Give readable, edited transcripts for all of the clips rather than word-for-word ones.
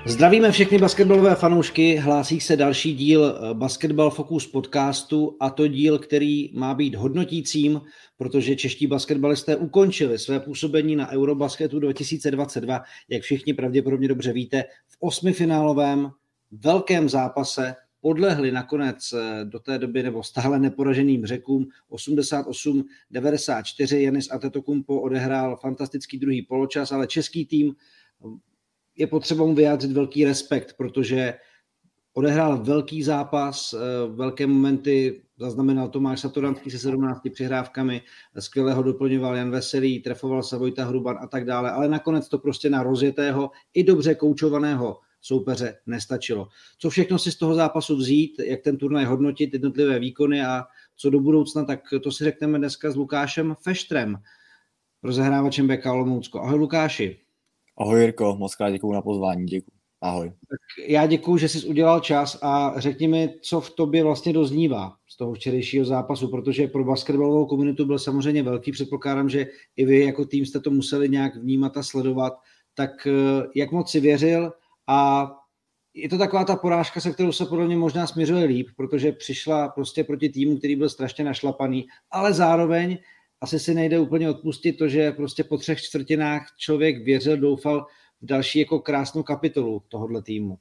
Zdravíme všechny basketbalové fanoušky, hlásí se další díl Basketball Focus podcastu a to díl, který má být hodnotícím, protože čeští basketbalisté ukončili své působení na Eurobasketu 2022, jak všichni pravděpodobně dobře víte, v osmifinálovém velkém zápase podlehli nakonec do té doby nebo stále neporaženým Řekům 88-94. Giannis Antetokounmpo odehrál fantastický druhý poločas, ale český tým je potřeba mu vyjádřit velký respekt, protože odehrál velký zápas, velké momenty zaznamenal Tomáš Satoranský se 17 přihrávkami, skvěle ho doplňoval Jan Veselý, trefoval se Vojta Hruban a tak dále, ale nakonec to prostě na rozjetého i dobře koučovaného soupeře nestačilo. Co všechno si z toho zápasu vzít, jak ten turnaj hodnotit, jednotlivé výkony a co do budoucna, tak to si řekneme dneska s Lukášem Feštrem, rozehrávačem BK Olomoucko. Ahoj Lukáši. Ahoj Jirko, moc krát děkuju na pozvání, děkuju. Ahoj. Tak já děkuju, že jsi udělal čas a řekni mi, co v tobě vlastně doznívá z toho včerejšího zápasu, protože pro basketbalovou komunitu byl samozřejmě velký, předpokládám, že i vy jako tým jste to museli nějak vnímat a sledovat, tak jak moc si věřil a je to taková ta porážka, se kterou se podle mě možná směřuje líp, protože přišla prostě proti týmu, který byl strašně našlapaný, ale zároveň asi si nejde úplně odpustit to, že prostě po 3 čtvrtinách člověk věřil, doufal v další jako krásnou kapitolu tohohle týmu.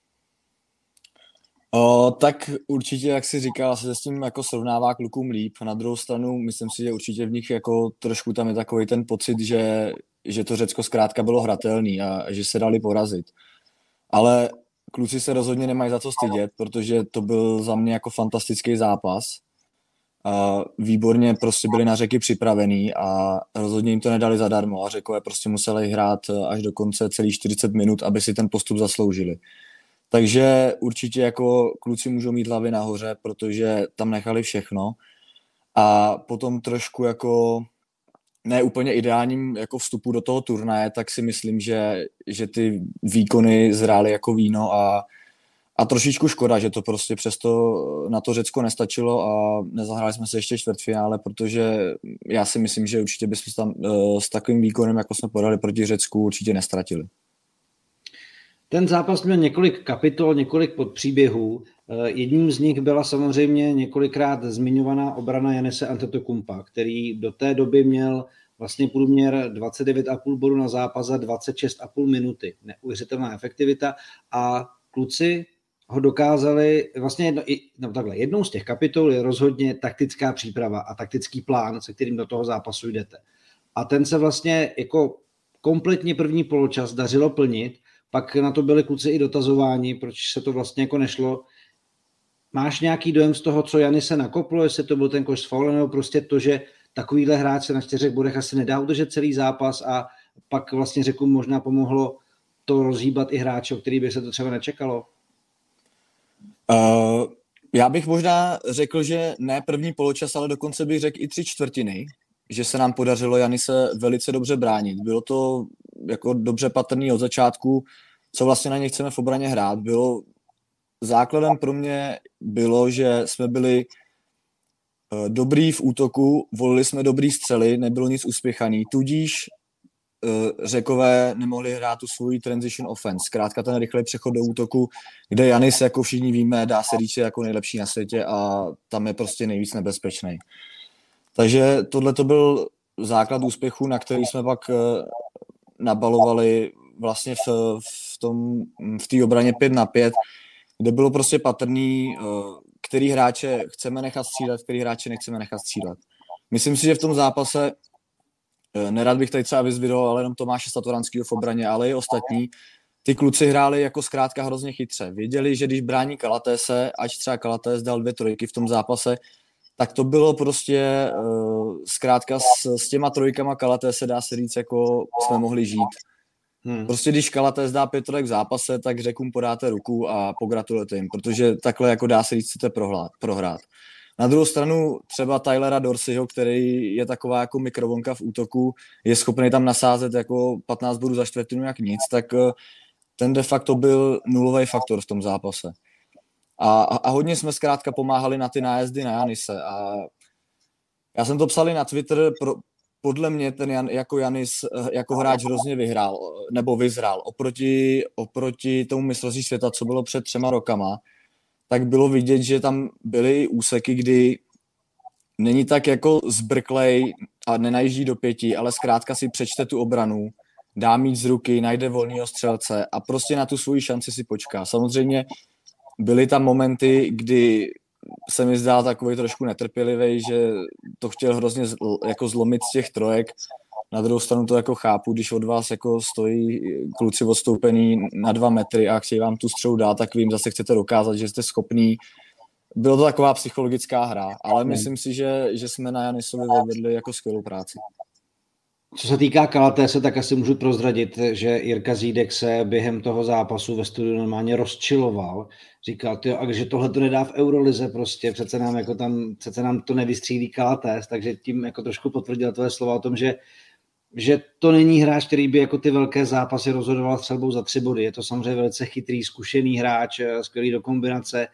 Tak určitě, jak jsi říkal, se s tím jako srovnává klukům líp. Na druhou stranu, myslím si, že určitě v nich jako trošku tam je takový ten pocit, že to Řecko zkrátka bylo hratelný a že se dali porazit. Ale kluci se rozhodně nemají za co stydět, protože to byl za mě jako fantastický zápas. Výborně prostě byli na Řeky připravený a rozhodně jim to nedali zadarmo a Řekové prostě museli hrát až do konce celých 40 minut, aby si ten postup zasloužili. Takže určitě jako kluci můžou mít hlavy nahoře, protože tam nechali všechno a potom trošku jako ne úplně ideálním jako vstupu do toho turnaje, tak si myslím, že ty výkony zrály jako víno a trošičku škoda, že to prostě přesto na to Řecko nestačilo a nezahráli jsme se ještě čtvrtfinále, protože já si myslím, že určitě bychom tam s takovým výkonem, jako jsme podali proti Řecku, určitě nestratili. Ten zápas měl několik kapitol, několik podpříběhů. Jedním z nich byla samozřejmě několikrát zmiňovaná obrana Giannise Antetokounmpa, který do té doby měl vlastně průměr 29,5 bodu na zápas za 26,5 minuty. Neuvěřitelná efektivita a kluci ho dokázali, vlastně jednou z těch kapitol je rozhodně taktická příprava a taktický plán, se kterým do toho zápasu jdete. A ten se vlastně jako kompletně první poločas dařilo plnit, pak na to byli kluci i dotazováni, proč se to vlastně jako nešlo. Máš nějaký dojem z toho, co Giannis se nakoplo, jestli to byl ten koš s faulem, nebo prostě to, že takovýhle hráč se na 4 bodech asi nedá udržet celý zápas a pak vlastně Řekům možná pomohlo to rozhýbat i hráče, o který by se to třeba nečekalo? Já bych možná řekl, že ne první poločas, ale dokonce bych řekl i 3 čtvrtiny, že se nám podařilo Giannise velice dobře bránit. Bylo to jako dobře patrný od začátku, co vlastně na ně chceme v obraně hrát. Základem pro mě bylo, že jsme byli dobrý v útoku, volili jsme dobrý střely, nebylo nic uspěchaný, tudíž Řekové nemohli hrát tu svůj transition offense. Zkrátka ten rychlý přechod do útoku, kde Giannis, jako všichni víme, dá se říct, jako nejlepší na světě a tam je prostě nejvíc nebezpečný. Takže tohle to byl základ úspěchu, na který jsme pak nabalovali vlastně v té obraně 5-5, kde bylo prostě patrný, který hráče chceme nechat střílet, který hráče nechceme nechat střílet. Myslím si, že v tom zápase, nerad bych tady třeba vyzvidoval, ale jenom Tomáše Satoranského v obraně, ale i ostatní, ty kluci hráli jako zkrátka hrozně chytře. Věděli, že když brání Calatese, ať třeba Calates dal 2 trojky v tom zápase, tak to bylo prostě zkrátka s těma trojkama Calatese, dá se říct, jako jsme mohli žít. Prostě když Calates dá 5 trojek v zápase, tak Řekům podáte ruku a pogratulujete jim, protože takhle jako dá se říct, chcete prohrát. Na druhou stranu třeba Tylera Dorseyho, který je taková jako mikrovlnka v útoku, je schopný tam nasázet jako 15 bodů za čtvrtinu jak nic, tak ten de facto byl nulový faktor v tom zápase. A hodně jsme zkrátka pomáhali na ty nájezdy na Giannise. A já jsem to psal i na Twitter, podle mě ten jako Janis jako hráč hrozně vyzrál. Oproti tomu mistrovství světa, co bylo před 3 rokama, tak bylo vidět, že tam byly úseky, kdy není tak jako zbrklej a nenajíždí do 5, ale zkrátka si přečte tu obranu, dá mít z ruky, najde volného střelce a prostě na tu svoji šanci si počká. Samozřejmě byly tam momenty, kdy se mi zdál takový trošku netrpělivý, že to chtěl hrozně jako zlomit z těch trojek. Na druhou stranu to jako chápu, když od vás jako stojí kluci odstoupený na 2 metry a chtějí vám tu střelu dát, tak vy jim zase chcete dokázat, že jste schopný. Bylo to taková psychologická hra, ale myslím si, že jsme na Janisovi odvedli jako skvělou práci. Co se týká Kalatése, tak asi můžu prozradit, že Jirka Zídek se během toho zápasu ve studiu normálně rozčiloval. Říkal, že tohle to nedá v Eurolize prostě, přece nám to nevystřílí Kalatés, takže tím jako trošku potvrdil tvoje slova o tom, že to není hráč, který by jako ty velké zápasy rozhodoval střelbou za 3 body. Je to samozřejmě velice chytrý, zkušený hráč, skvělý do kombinace,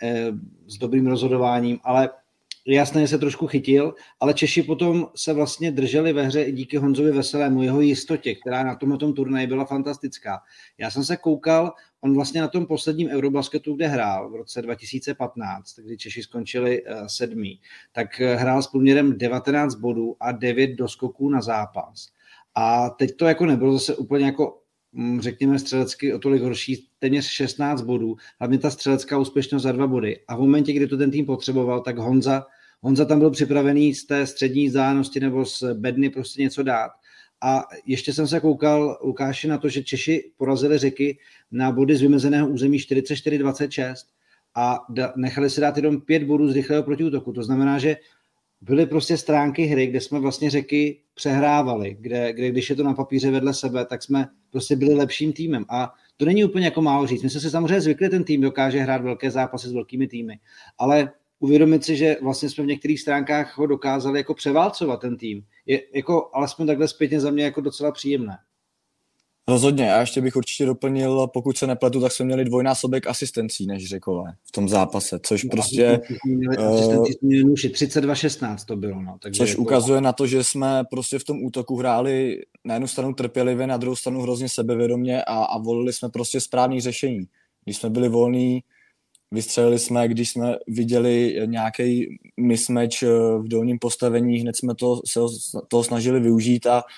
s dobrým rozhodováním, ale jasně, že se trošku chytil, ale Češi potom se vlastně drželi ve hře i díky Honzovi Veselému, jeho jistotě, která na tomhle turnaji byla fantastická. Já jsem se koukal, on vlastně na tom posledním Eurobasketu, kde hrál v roce 2015, kdy Češi skončili 7. tak hrál s průměrem 19 bodů a 9 doskoků na zápas. A teď to jako nebylo zase úplně jako řekněme střelecky o tolik horší, téměř 16 bodů, hlavně ta střelecká úspěšnost za 2 body. A v momentě, kdy to ten tým potřeboval, tak Honza tam byl připravený z té střední vzdálenosti nebo z bedny prostě něco dát. A ještě jsem se koukal, Lukáši, na to, že Češi porazili Řeky na body z vymezeného území 44-26 a nechali si dát jenom 5 bodů z rychlého protiútoku. To znamená, že byly prostě stránky hry, kde jsme vlastně Řeky přehrávali, kde když je to na papíře vedle sebe, tak jsme prostě byli lepším týmem. A to není úplně jako málo říct. My jsme si samozřejmě zvykli, ten tým dokáže hrát velké zápasy s velkými týmy, ale uvědomit si, že vlastně jsme v některých stránkách ho dokázali jako převálcovat ten tým, je jako alespoň takhle zpětně za mě jako docela příjemné. Rozhodně, a ještě bych určitě doplnil, pokud se nepletu, tak jsme měli 2násobek asistencí než Řekové v tom zápase, což prostě... Asistenci jsme měli 32-16 to bylo, no. Takže což ukazuje na to, že jsme prostě v tom útoku hráli na jednu stranu trpělivě, na druhou stranu hrozně sebevědomě a volili jsme prostě správný řešení. Když jsme byli volní, vystřelili jsme, když jsme viděli nějaký mismatch v dolním postavení, hned jsme to snažili využít a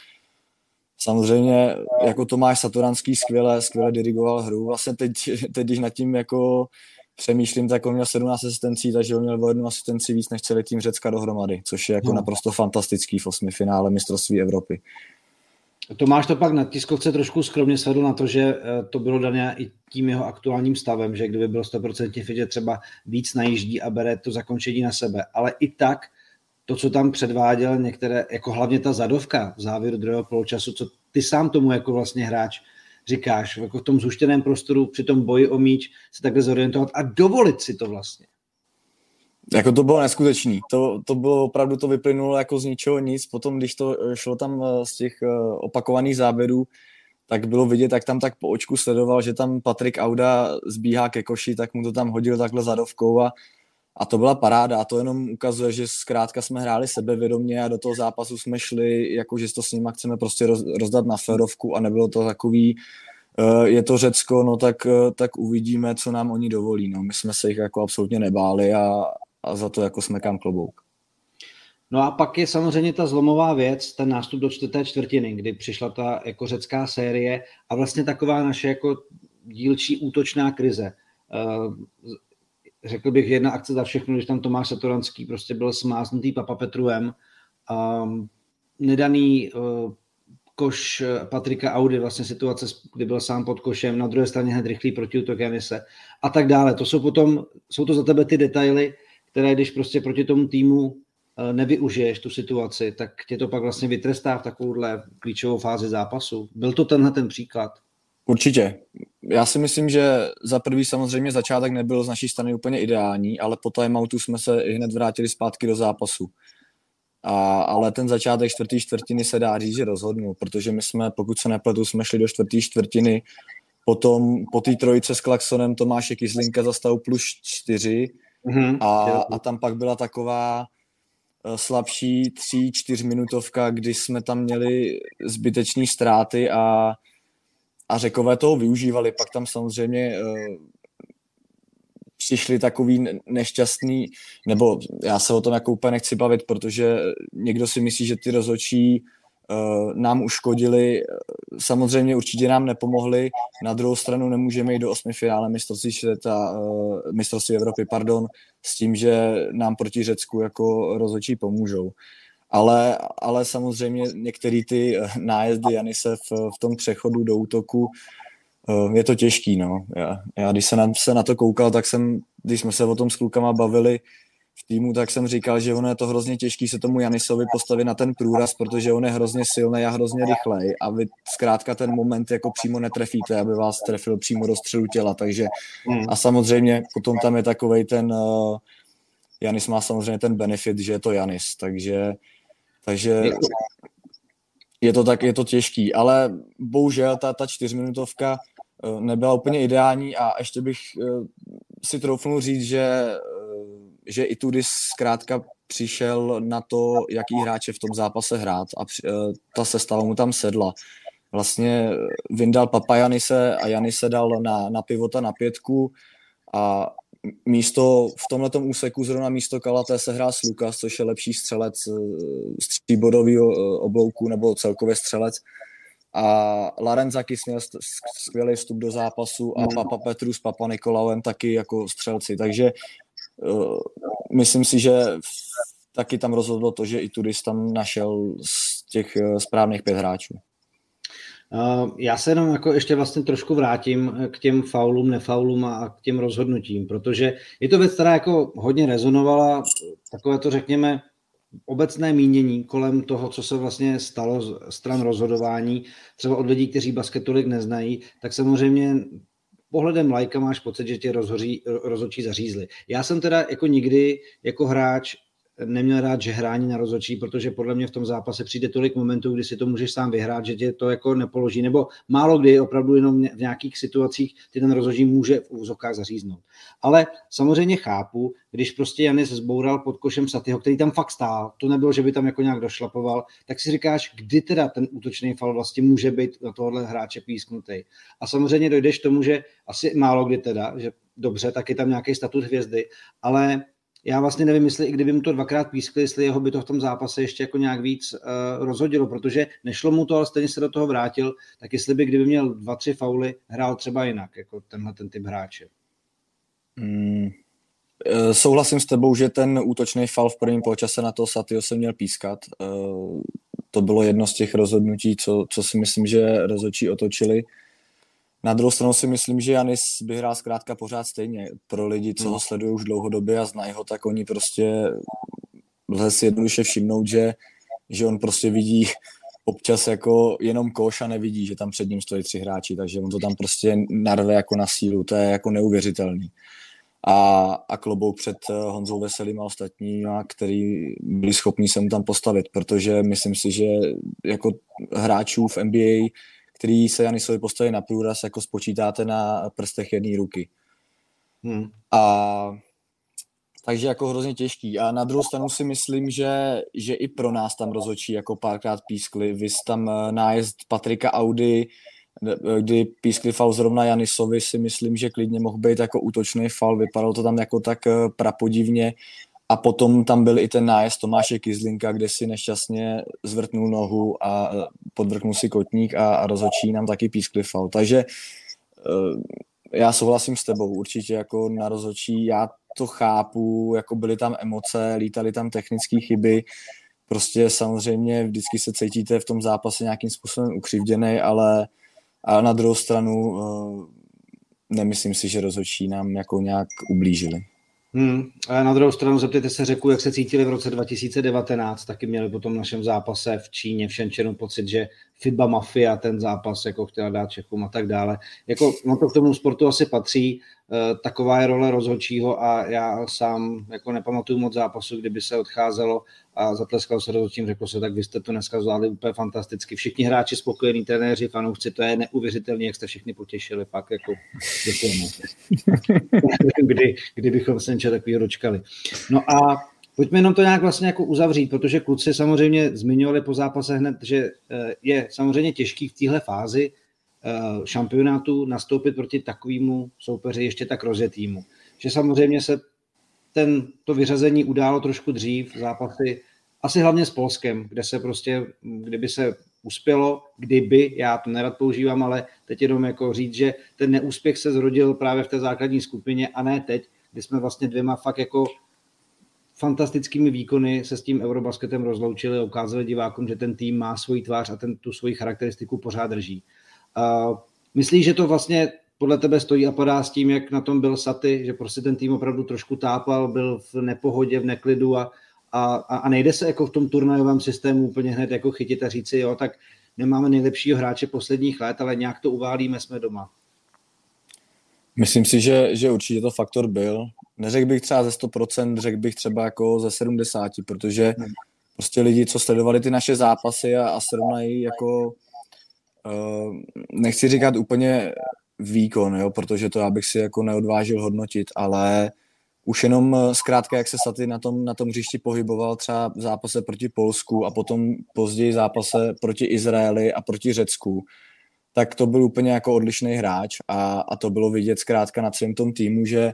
samozřejmě jako Tomáš Satoranský skvěle dirigoval hru. Vlastně teď, když nad tím jako přemýšlím, tak on měl 17 asistencí, takže on měl o 1 asistenci víc než celý tým Řecka dohromady, což je jako naprosto fantastický v 8. finále mistrovství Evropy. Tomáš to pak na tiskovce trošku skromně svedl na to, že to bylo dané i tím jeho aktuálním stavem, že kdyby byl 100% fit, že třeba víc najíždí a bere to zakončení na sebe. Ale i tak to, co tam předváděl některé, jako hlavně ta zadovka v závěru druhého poločasu, co ty sám tomu jako vlastně hráč říkáš, jako v tom zhuštěném prostoru při tom boji o míč se takhle zorientovat a dovolit si to vlastně. Jako to bylo neskutečný. To bylo opravdu, to vyplynulo jako z ničeho nic. Potom, když to šlo tam z těch opakovaných záběrů, tak bylo vidět, jak tam tak po očku sledoval, že tam Patrik Auda zbíhá ke koši, tak mu to tam hodil takhle zadovkou a to byla paráda. A to jenom ukazuje, že zkrátka jsme hráli sebevědomě a do toho zápasu jsme šli, jako že to s nima chceme prostě rozdat na férovku a nebylo to takový, je to Řecko, no tak uvidíme, co nám oni dovolí. No. My jsme se jich jako absolutně nebáli a za to jako smekám klobouk. No a pak je samozřejmě ta zlomová věc, ten nástup do 4. čtvrtiny, kdy přišla ta jako řecká série a vlastně taková naše jako dílčí útočná krize. Řekl bych jedna akce za všechno, když tam Tomáš Satoranský prostě byl smáznutý Papa Petruem. Nedaný koš Patrika Audy, vlastně situace, kdy byl sám pod košem, na druhé straně hned rychlý protiútok Janise a tak dále. Jsou to za tebe ty detaily, které když prostě proti tomu týmu nevyužiješ tu situaci, tak tě to pak vlastně vytrestá v takovouhle klíčovou fázi zápasu. Byl to tenhle ten příklad? Určitě. Já si myslím, že za prvý samozřejmě začátek nebyl z naší strany úplně ideální, ale po timeoutu jsme se i hned vrátili zpátky do zápasu. Ale ten začátek 4. čtvrtiny se dá říct, že rozhodnul, protože my jsme, pokud se nepletu, jsme šli do 4. čtvrtiny, potom po té trojice s Klaxonem Tomáše Kyslinka za stavu +4 a tam pak byla taková slabší 3-4 minutovka, kdy jsme tam měli zbytečné ztráty a Řekové toho využívali. Pak tam samozřejmě přišli takový nešťastný, nebo já se o tom jako úplně nechci bavit, protože někdo si myslí, že ty rozhodčí nám uškodili. Samozřejmě určitě nám nepomohli. Na druhou stranu nemůžeme jít do 8 finále mistrovství Evropy, s tím, že nám proti Řecku jako rozhodčí pomůžou. Ale samozřejmě některé ty nájezdy Janise v tom přechodu do útoku, je to těžký, no. Já když jsem se na to koukal, tak když jsme se o tom s klukama bavili v týmu, tak jsem říkal, že ono je to hrozně těžký se tomu Janisovi postavit na ten průraz, protože on je hrozně silný a hrozně rychlej a vy zkrátka ten moment jako přímo netrefíte, aby vás trefil přímo do středu těla, takže a samozřejmě potom tam je takovej ten Janis má samozřejmě ten benefit, že je to Janis, takže je to těžký, ale bohužel ta 4minutovka nebyla úplně ideální a ještě bych si troufnul říct, že i Tudis zkrátka přišel na to, jaký hráče v tom zápase hrát a ta sestava mu tam sedla. Vlastně vyndal Papajanise a Janise dal na pivota na 5 a v tomhletom úseku zrovna místo Kalaté se hrál Slukas, což je lepší střelec z 3bodového oblouku nebo celkově střelec. A Larenzakis měl skvělý vstup do zápasu a Papa Petru s Papa Nikolaem taky jako střelci. Takže myslím si, že taky tam rozhodlo to, že i Tudis tam našel z těch správných 5 hráčů. Já se jenom jako ještě vlastně trošku vrátím k těm faulům, nefaulům a k těm rozhodnutím, protože je to věc, která jako hodně rezonovala, takové to řekněme obecné mínění kolem toho, co se vlastně stalo z stran rozhodování, třeba od lidí, kteří basket tolik neznají, tak samozřejmě pohledem lajka máš pocit, že tě rozhodčí zařízli. Já jsem teda jako nikdy jako hráč neměl rád žehrání na rozhodčí, protože podle mě v tom zápase přijde tolik momentů, kdy si to můžeš sám vyhrát, že tě to jako nepoloží, nebo málo kdy opravdu jenom v nějakých situacích ty ten rozhodčí může v úzokách zaříznout. Ale samozřejmě chápu, když prostě Janis zboural pod košem Satyho, který tam fakt stál, to nebylo, že by tam jako nějak došlapoval, tak si říkáš, kdy teda ten útočný faul vlastně může být na tohohle hráče písknutý. A samozřejmě dojdeš k tomu, že asi málo kdy teda, že dobře, tak je tam nějaký statut hvězdy, ale já vlastně nevím, jestli i kdyby mu to 2krát pískli, jestli jeho by to v tom zápase ještě jako nějak víc rozhodilo, protože nešlo mu to, ale stejně se do toho vrátil, tak jestli by kdyby měl 2-3 fauly, hrál třeba jinak, jako ten typ hráče. Souhlasím s tebou, že ten útočný faul v prvním poločase na toho Satyho se měl pískat. To bylo jedno z těch rozhodnutí, co si myslím, že rozhodčí otočili. Na druhou stranu si myslím, že Janis by hrál zkrátka pořád stejně. Pro lidi, co ho sledují už dlouhodobě a znají ho, tak oni prostě lze si jednoduše všimnout, že on prostě vidí občas jako jenom koš a nevidí, že tam před ním stojí 3 hráči, takže on to tam prostě narve jako na sílu, to je jako neuvěřitelný. A klobouk před Honzou Veselým a ostatníma, který byli schopni se mu tam postavit, protože myslím si, že jako hráčů v NBA, který se Janisovi postaví na průraz, jako spočítáte na prstech jedné ruky. Takže jako hrozně těžký. A na druhou stranu si myslím, že i pro nás tam rozhodčí jako párkrát pískli. Vys tam nájezd Patrika Audy, kdy pískli faul zrovna Janisovi, si myslím, že klidně mohl být jako útočný faul. Vypadalo to tam jako tak prapodivně. A potom tam byl i ten nájezd Tomáše Kyzlinka, kde si nešťastně zvrtnul nohu a podvrknul si kotník a rozhodčí nám taky pískli faul. Takže já souhlasím s tebou, určitě jako na rozhodčí, já to chápu, jako byly tam emoce, lítaly tam technické chyby, prostě samozřejmě vždycky se cítíte v tom zápase nějakým způsobem ukřivděnej, ale na druhou stranu nemyslím si, že rozhodčí nám jako nějak ublížili. A na druhou stranu zeptejte se Řeku, jak se cítili v roce 2019, taky měli po tom našem zápase v Číně v Shenzhenu pocit, že FIBA mafia ten zápas jako chtěla dát Čechům a tak dále. Jako, no to k tomu sportu asi patří, taková je role rozhodčího a já sám jako nepamatuju moc zápasu, kdyby se odcházelo a zatleskalo se rozhodčím, řeklo se, tak vy jste to dneska zvládli úplně fantasticky. Všichni hráči spokojení, trenéři, fanoušci, to je neuvěřitelné, jak jste všichni potěšili, fakt jako děkujeme. Kdybychom se něčeho takového dočkali. No a Pojďme jenom to nějak vlastně jako uzavřít, protože kluci samozřejmě zmiňovali po zápase hned, že je samozřejmě těžký v téhle fázi šampionátu nastoupit proti takovému soupeři ještě tak rozjetýmu. Že samozřejmě se to vyřazení událo trošku dřív, zápasy asi hlavně s Polskem, kde se prostě, kdyby se uspělo, já to nerad používám, ale teď jenom jako říct, že ten neúspěch se zrodil právě v té základní skupině a ne teď, kdy jsme vlastně dvěma fakt jako fantastickými výkony se s tím Eurobasketem rozloučili a ukázali divákům, že ten tým má svoji tvář a tu svoji charakteristiku pořád drží. Myslíš, že to vlastně podle tebe stojí a padá s tím, jak na tom byl Saty, že prostě ten tým opravdu trošku tápal, byl v nepohodě, v neklidu a nejde se jako v tom turnajovém systému úplně hned jako chytit a říci, jo, tak nemáme nejlepšího hráče posledních let, ale nějak to uválíme, jsme doma. Myslím si, že určitě to faktor byl. Neřekl bych třeba ze 100%, řekl bych třeba jako ze 70%, protože prostě lidi, co sledovali ty naše zápasy a srovnají jako nechci říkat úplně výkon, jo, protože to já bych si jako neodvážil hodnotit, ale už jenom zkrátka, jak se Saty na tom hřišti pohyboval třeba v zápase proti Polsku a potom později zápase proti Izraeli a proti Řecku, tak to byl úplně jako odlišný hráč a to bylo vidět zkrátka na celém tom týmu, že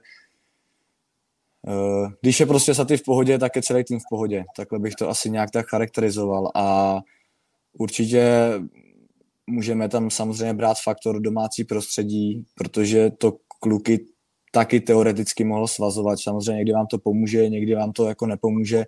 když je prostě Saty v pohodě, tak je celý tým v pohodě. Takhle bych to asi nějak tak charakterizoval a určitě můžeme tam samozřejmě brát faktor domácí prostředí, protože to kluky taky teoreticky mohl svazovat. Samozřejmě někdy vám to pomůže, někdy vám to jako nepomůže.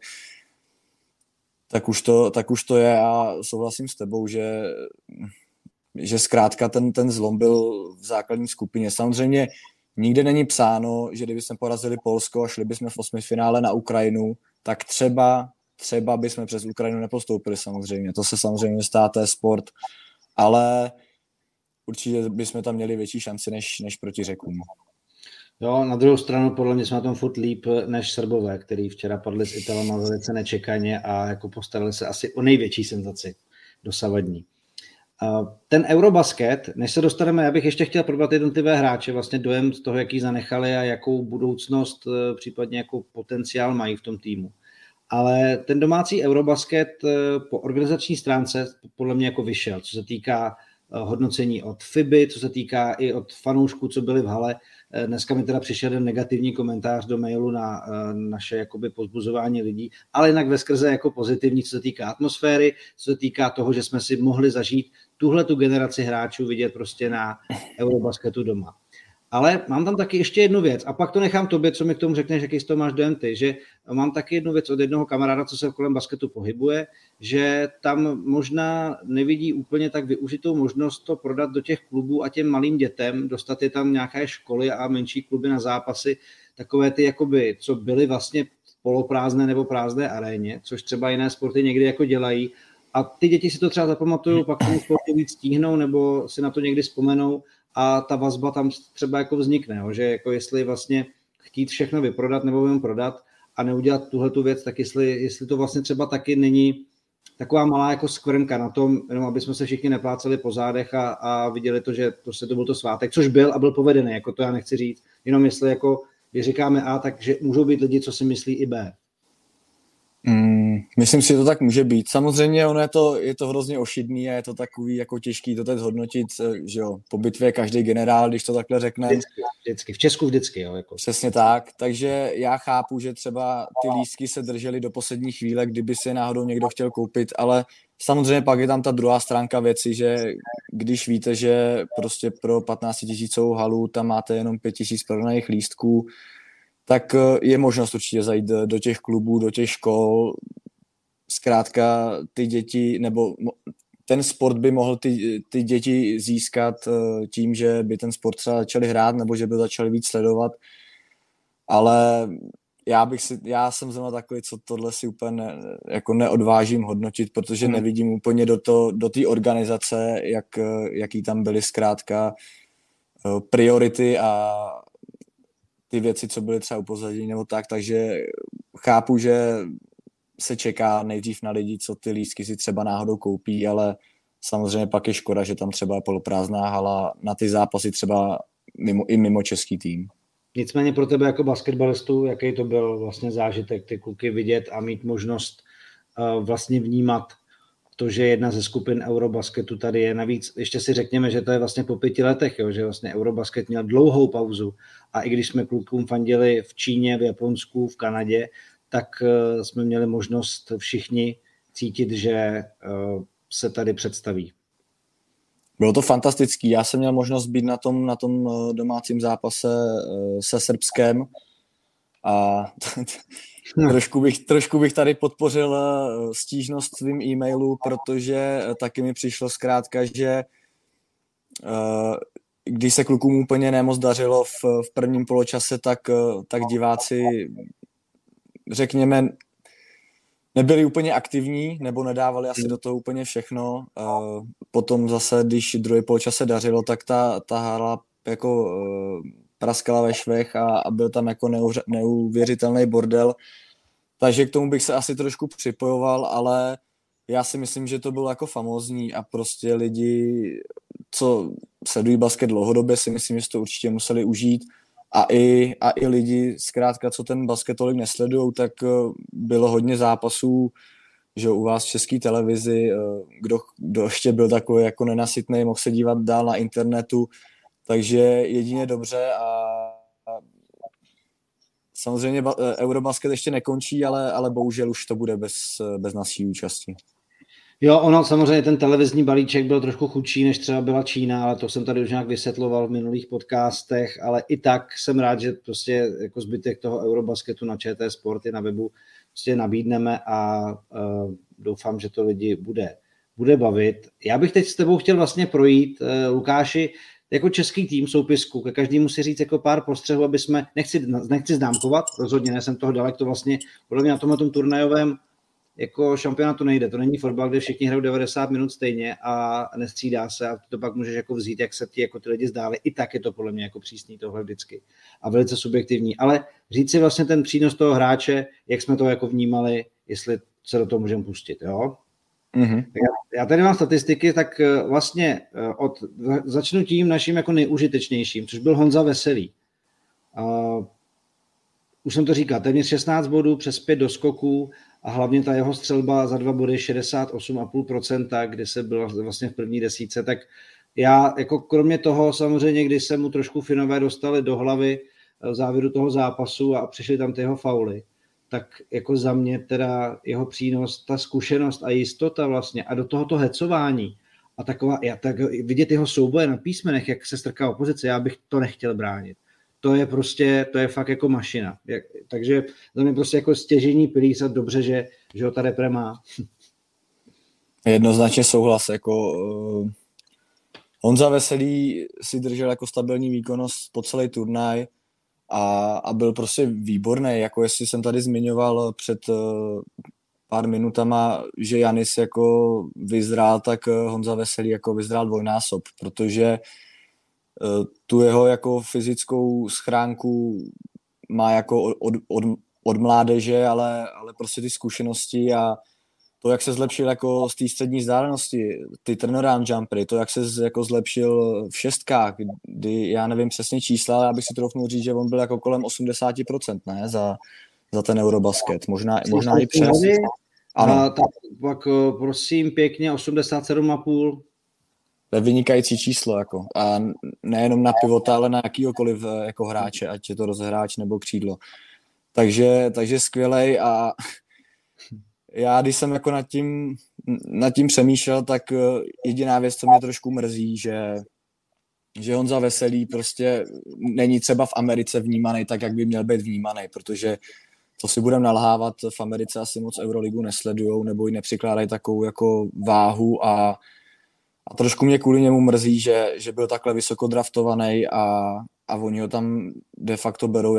Tak už to je a souhlasím s tebou, že zkrátka ten zlom byl v základní skupině. Samozřejmě nikde není psáno, že kdybychom porazili Polsko a šli bychom v osmifinále na Ukrajinu, tak třeba bychom přes Ukrajinu nepostoupili samozřejmě. To se samozřejmě stát, to je sport, ale určitě bychom tam měli větší šanci než proti Řekům. Jo, na druhou stranu podle mě jsme na tom furt líp než Srbové, který včera padli s Italama velice nečekaně a jako postarali se asi o největší senzaci dosavadní. Ten Eurobasket, než se dostaneme, já bych ještě chtěl probrat jednotlivé hráče, vlastně dojem z toho, jaký zanechali a jakou budoucnost, případně jakou potenciál mají v tom týmu. Ale ten domácí Eurobasket po organizační stránce podle mě jako vyšel, co se týká hodnocení od FIBY, co se týká i od fanoušků, co byli v hale. Dneska mi teda přišel jeden negativní komentář do mailu na naše jakoby pozbuzování lidí, ale jinak veskrze jako pozitivní, co se týká atmosféry, co se týká toho, že jsme si mohli zažít tu generaci hráčů vidět prostě na Eurobasketu doma. Ale mám tam taky ještě jednu věc a pak to nechám tobě, co mi k tomu řekneš, jaký z toho máš dojem ty, že mám taky jednu věc od jednoho kamaráda, co se kolem basketu pohybuje, že tam možná nevidí úplně tak využitou možnost to prodat do těch klubů a těm malým dětem, dostat je tam nějaké školy a menší kluby na zápasy, takové ty jakoby, co byly vlastně v poloprázdné nebo prázdné aréně, což třeba jiné sporty někdy jako dělají a ty děti si to třeba zapamatují, pak tomu sportu víc stíhnou nebo si na to někdy vzpomenou a ta vazba tam třeba jako vznikne, jo? Že jako jestli vlastně chtít všechno vyprodat nebo jen prodat a neudělat tuhletu věc, tak jestli to vlastně třeba taky není taková malá jako skvrnka na tom, jenom aby jsme se všichni nepláceli po zádech a viděli to, že to byl to svátek, což byl a byl povedený, jako to já nechci říct, jenom jestli jako, když říkáme A, takže můžou být lidi, co si myslí i B. Myslím si, že to tak může být. Samozřejmě je to hrozně ošidný a je to takový jako těžký to teď zhodnotit, že jo, po bitvě každý generál, když to takhle řekne. Vždycky, v Česku vždycky, jo. Jako. Přesně tak, takže já chápu, že třeba ty lístky se držely do poslední chvíle, kdyby si náhodou někdo chtěl koupit, ale samozřejmě pak je tam ta druhá stránka věci, že když víte, že prostě pro 15 000 halu tam máte jenom 5 000 prodaných lístků, tak je možnost určitě zajít do těch klubů, do těch škol. Zkrátka ty děti, nebo ten sport by mohl ty děti získat tím, že by ten sport třeba začali hrát, nebo že by začali víc sledovat. Ale já jsem zrovna takový, co tohle si úplně jako neodvážím hodnotit, protože nevidím úplně do té organizace, jaký tam byly zkrátka priority a ty věci, co byly třeba upozadění nebo tak, takže chápu, že se čeká nejdřív na lidi, co ty lístky si třeba náhodou koupí, ale samozřejmě pak je škoda, že tam třeba je poloprázdná hala na ty zápasy třeba mimo český tým. Nicméně pro tebe jako basketbalistu, jaký to byl vlastně zážitek ty kluky vidět a mít možnost vlastně vnímat to, že jedna ze skupin Eurobasketu tady je. Navíc ještě si řekněme, že to je vlastně po 5 letech, jo, že vlastně Eurobasket měl dlouhou pauzu a i když jsme klukům fandili v Číně, v Japonsku, v Kanadě, tak jsme měli možnost všichni cítit, že se tady představí. Bylo to fantastický. Já jsem měl možnost být na tom domácím zápase se Srbskem a trošku bych tady podpořil stížnost svým e-mailu, protože taky mi přišlo zkrátka, že když se klukům úplně nemoc dařilo v prvním poločase, tak diváci, řekněme, nebyli úplně aktivní, nebo nedávali asi do toho úplně všechno. Potom zase, když druhý poločas se dařilo, tak ta hala jako praskala ve švech a byl tam jako neuvěřitelný bordel. Takže k tomu bych se asi trošku připojoval, ale já si myslím, že to bylo jako famózní a prostě lidi, co sledují basket dlouhodobě, si myslím, že to určitě museli užít. A i lidi, zkrátka, co ten basket tolik nesledujou, tak bylo hodně zápasů, že u vás v České televizi, kdo ještě byl takový jako nenasytnej, mohl se dívat dál na internetu, takže jedině dobře a samozřejmě Eurobasket ještě nekončí, ale bohužel už to bude bez naší účasti. Jo, ono samozřejmě ten televizní balíček byl trošku chudší, než třeba byla Čína, ale to jsem tady už nějak vysvětloval v minulých podcastech, ale i tak jsem rád, že prostě jako zbytek toho Eurobasketu na ČT Sporty na webu prostě nabídneme a doufám, že to lidi bude bavit. Já bych teď s tebou chtěl vlastně projít, Lukáši, jako český tým soupisku, ke každému si říct jako pár postřehů, aby jsme, nechci známkovat, rozhodně nejsem toho dalek, to vlastně podle mě na tomhle turnajovém jako šampionátu nejde. To není fotbal, kde všichni hrajou 90 minut stejně a nestřídá se a to pak můžeš jako vzít, jak se ti jako ty lidi zdáli. I tak je to podle mě jako přísný tohle vždycky a velice subjektivní. Ale říct si vlastně ten přínos toho hráče, jak jsme to jako vnímali, jestli se do toho můžeme pustit, jo? Mm-hmm. Já tady mám statistiky, tak vlastně začnu tím naším jako nejužitečnějším, což byl Honza Veselý. Už jsem to říkal, téměř 16 bodů, přes 5 doskoků a hlavně ta jeho střelba za 2 body 68,5%, kde se byl vlastně v první desítce, tak já jako kromě toho samozřejmě, když se mu trošku Finové dostali do hlavy v závěru toho zápasu a přišli tam ty jeho fauly, tak jako za mě teda jeho přínos, ta zkušenost a jistota vlastně a do tohoto hecování a tak vidět jeho souboje na písmenech, jak se strká opozice, já bych to nechtěl bránit. To je fakt jako mašina. Takže za mě prostě jako stěžejní pilíř a dobře, že ho ta repre má. Jednoznačně souhlas. Jako, Honza Veselý si držel jako stabilní výkonnost po celý turnaj a byl prostě výborný. Jako jestli jsem tady zmiňoval před pár minutama, že Janis jako vyzrál, tak Honza Veselý jako vyzrál dvojnásob, protože tu jeho jako fyzickou schránku má jako od mládeže, ale prostě ty zkušenosti a to, jak se zlepšil jako z té střední vzdálenosti, ty turnaround jumpery, to, jak se jako zlepšil v šestkách, kdy já nevím přesně čísla, ale já bych si troufnul říct, že on byl jako kolem 80%, ne, za ten Eurobasket, možná i přes. Ano. Tak prosím pěkně 87,5. To je vynikající číslo, jako. A nejenom na pivota, ale na jakýhokoliv jako hráče, ať je to rozhráč nebo křídlo. Takže skvělej a já, když jsem jako nad tím přemýšlel, tak jediná věc, co mě trošku mrzí, že Honza Veselý prostě není třeba v Americe vnímaný tak, jak by měl být vnímaný, protože to si budeme nalhávat, v Americe asi moc Euroligu nesledujou nebo ji nepřikládají takovou jako váhu a trošku mě kvůli němu mrzí, že byl takhle vysoko draftovaný a oni ho tam de facto berou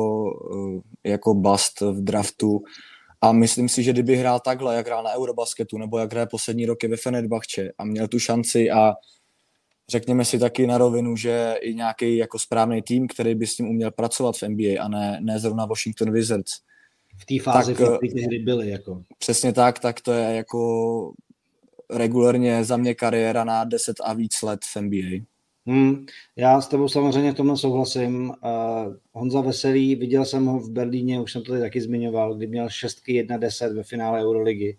jako bust v draftu. A myslím si, že kdyby hrál takhle, jak hrál na Eurobasketu, nebo jak hraje poslední roky ve Fenerbahče a měl tu šanci a řekněme si taky na rovinu, že i nějaký jako správný tým, který by s tím uměl pracovat v NBA a ne zrovna Washington Wizards. V té fázi, kdy byli. Jako. Přesně tak to je jako regulérně za mě kariéra na 10 a víc let v NBA. Já s tebou samozřejmě v tomhle souhlasím. Honza Veselý, viděl jsem ho v Berlíně, už jsem to tady taky zmiňoval, kdy měl 6-1-10 ve finále Euroligy.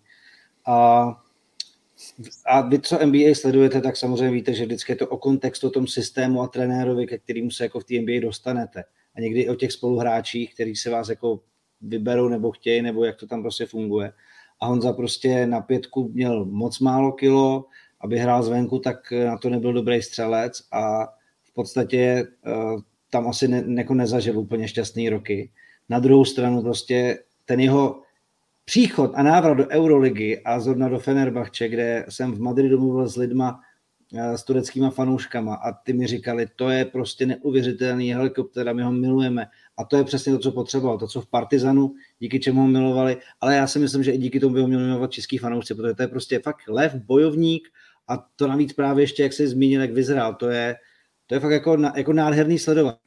A vy, co NBA sledujete, tak samozřejmě víte, že vždycky je to o kontextu, o tom systému a trenérovi, ke kterému se jako v té NBA dostanete. A někdy o těch spoluhráčích, kteří se vás jako vyberou nebo chtějí, nebo jak to tam prostě funguje. A Honza prostě na 5 měl moc málo kilo, aby hrál zvenku, tak na to nebyl dobrý střelec a v podstatě tam asi nezažil úplně šťastný roky. Na druhou stranu prostě ten jeho příchod a návrat do Euroligy a zrovna do Fenerbahče, kde jsem v Madridu mluvil s lidma, s tureckýma fanouškama a ty mi říkali, to je prostě neuvěřitelný helikoptéra, my ho milujeme a to je přesně to, co potřeboval, to, co v Partizanu, díky čemu ho milovali, ale já si myslím, že i díky tomu by ho měli milovat český fanoušci, protože to je prostě fakt lev, bojovník a to navíc právě ještě, jak jsi zmínil, jak vyzrál, to je fakt jako nádherný sledovat.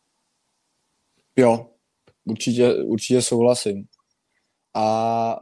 Jo, určitě souhlasím. A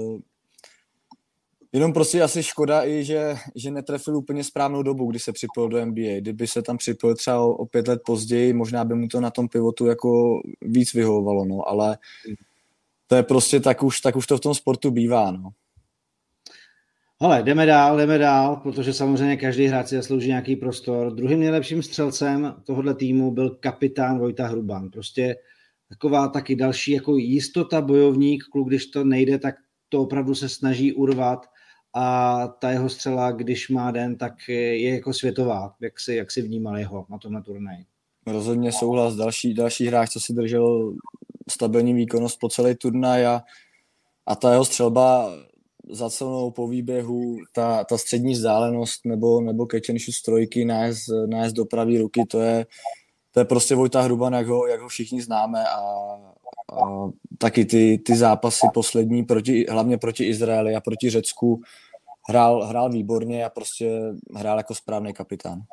jenom prostě asi škoda i, že netrefil úplně správnou dobu, kdy se připojil do NBA. Kdyby se tam připojil třeba o 5 let později, možná by mu to na tom pivotu jako víc vyhovovalo, no, ale to je prostě tak už to v tom sportu bývá, no. Ale jdeme dál, protože samozřejmě každý hráč si zaslouží nějaký prostor. Druhým nejlepším střelcem tohohle týmu byl kapitán Vojta Hruban. Prostě taková taky další jako jistota, bojovník, kluk, když to nejde, tak to opravdu se snaží urvat a ta jeho střela, když má den, tak je jako světová. Jak si vnímal jeho na tomhle turnaji? Rozhodně souhlas. Další hráč, co si držel stabilní výkonnost po celý turnaj a ta jeho střelba za celou po výběhu, ta střední vzdálenost nebo catch and shoot z trojky, nájezd do pravý ruky, to je prostě Vojta Hruban, jak ho všichni známe a taky ty zápasy poslední hlavně proti Izraeli a proti Řecku hrál výborně a prostě hrál jako správný kapitán.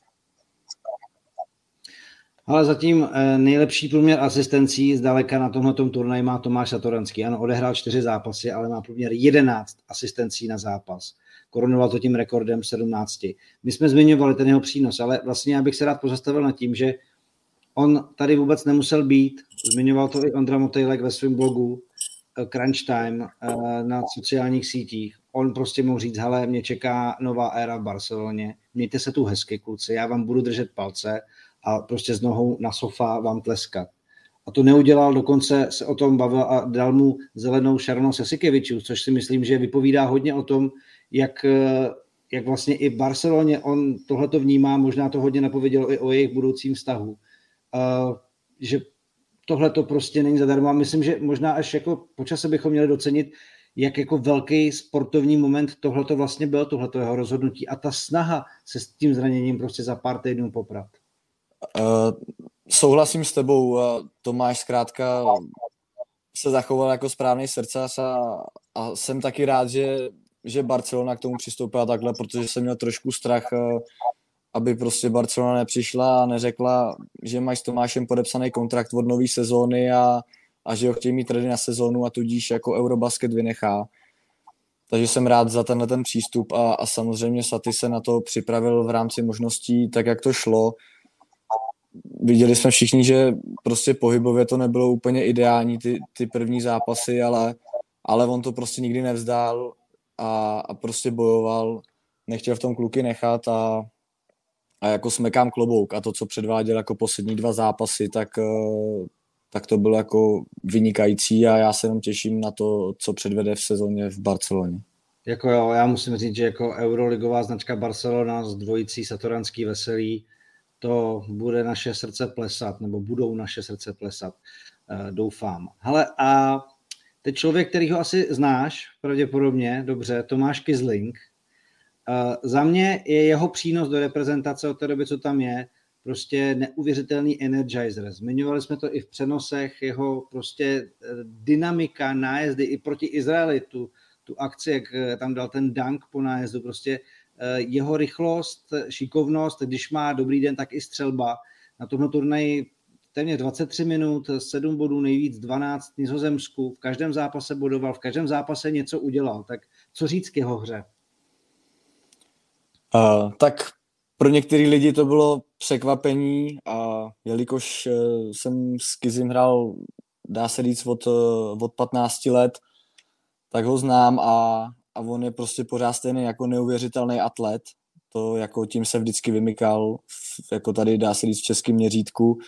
Ale zatím nejlepší průměr asistencí zdaleka na tomhletom turnaji má Tomáš Satoranský. Ano, odehrál 4 zápasy, ale má průměr 11 asistencí na zápas. Korunoval to tím rekordem 17. My jsme zmiňovali ten jeho přínos, ale vlastně já bych se rád pozastavil nad tím, že on tady vůbec nemusel být. Zmiňoval to i Ondra Motejlek ve svém blogu Crunch Time na sociálních sítích. On prostě mohl říct, hele, mě čeká nová éra v Barceloně, mějte se tu hezky, kluci, já vám budu držet palce a prostě s nohou na sofa vám tleskat. A to neudělal, dokonce se o tom bavil a dal mu zelenou Šarno Jasikeviču, což si myslím, že vypovídá hodně o tom, jak vlastně i v Barceloně on tohleto vnímá, možná to hodně napovědělo i o jejich budoucím vztahu. Že tohle to prostě není zadarmo a myslím, že možná až jako po čase bychom měli docenit, jak jako velký sportovní moment tohleto vlastně byl, tohleto jeho rozhodnutí a ta snaha se s tím zraněním prostě za pár týdnů poprat. Souhlasím s tebou, Tomáš zkrátka se zachoval jako správný srdcař a jsem taky rád, že Barcelona k tomu přistoupila takhle, protože jsem měl trošku strach, aby prostě Barcelona nepřišla a neřekla, že mají s Tomášem podepsaný kontrakt od nové sezóny a že ho chtějí mít ready na sezónu a tudíž jako Eurobasket vynechá. Takže jsem rád za tenhle ten přístup a samozřejmě Saty se na to připravil v rámci možností tak, jak to šlo. Viděli jsme všichni, že prostě pohybově to nebylo úplně ideální ty první zápasy, ale on to prostě nikdy nevzdál a prostě bojoval, nechtěl v tom kluky nechat a jako smekám klobouk a to, co předváděl jako poslední 2 zápasy, tak to bylo jako vynikající a já se jenom těším na to, co předvede v sezóně v Barceloně. Jako jo, já musím říct, že jako euroligová značka Barcelona s dvojicí Satoranský Veselý, to bude naše srdce plesat, nebo budou naše srdce plesat, doufám. Hele, a teď člověk, který ho asi znáš, pravděpodobně, dobře, Tomáš Kizling. Za mě je jeho přínos do reprezentace od té doby, co tam je, prostě neuvěřitelný energizer. Zmiňovali jsme to i v přenosech, jeho prostě dynamika, nájezdy i proti Izraeli, tu akci, jak tam dal ten dunk po nájezdu, prostě jeho rychlost, šikovnost, když má dobrý den, tak i střelba. Na tomhle turnaji téměř 23 minut, 7 bodů, nejvíc 12 Nizozemsku, v každém zápase bodoval, v každém zápase něco udělal. Tak co říct k jeho hře? Tak pro některý lidi to bylo překvapení a jelikož jsem s Kizim hrál, dá se říct, od 15 let, tak ho znám a on je prostě pořád stejný jako neuvěřitelný atlet. To jako tím se vždycky vymykal, jako tady dá se říct v českém měřítku.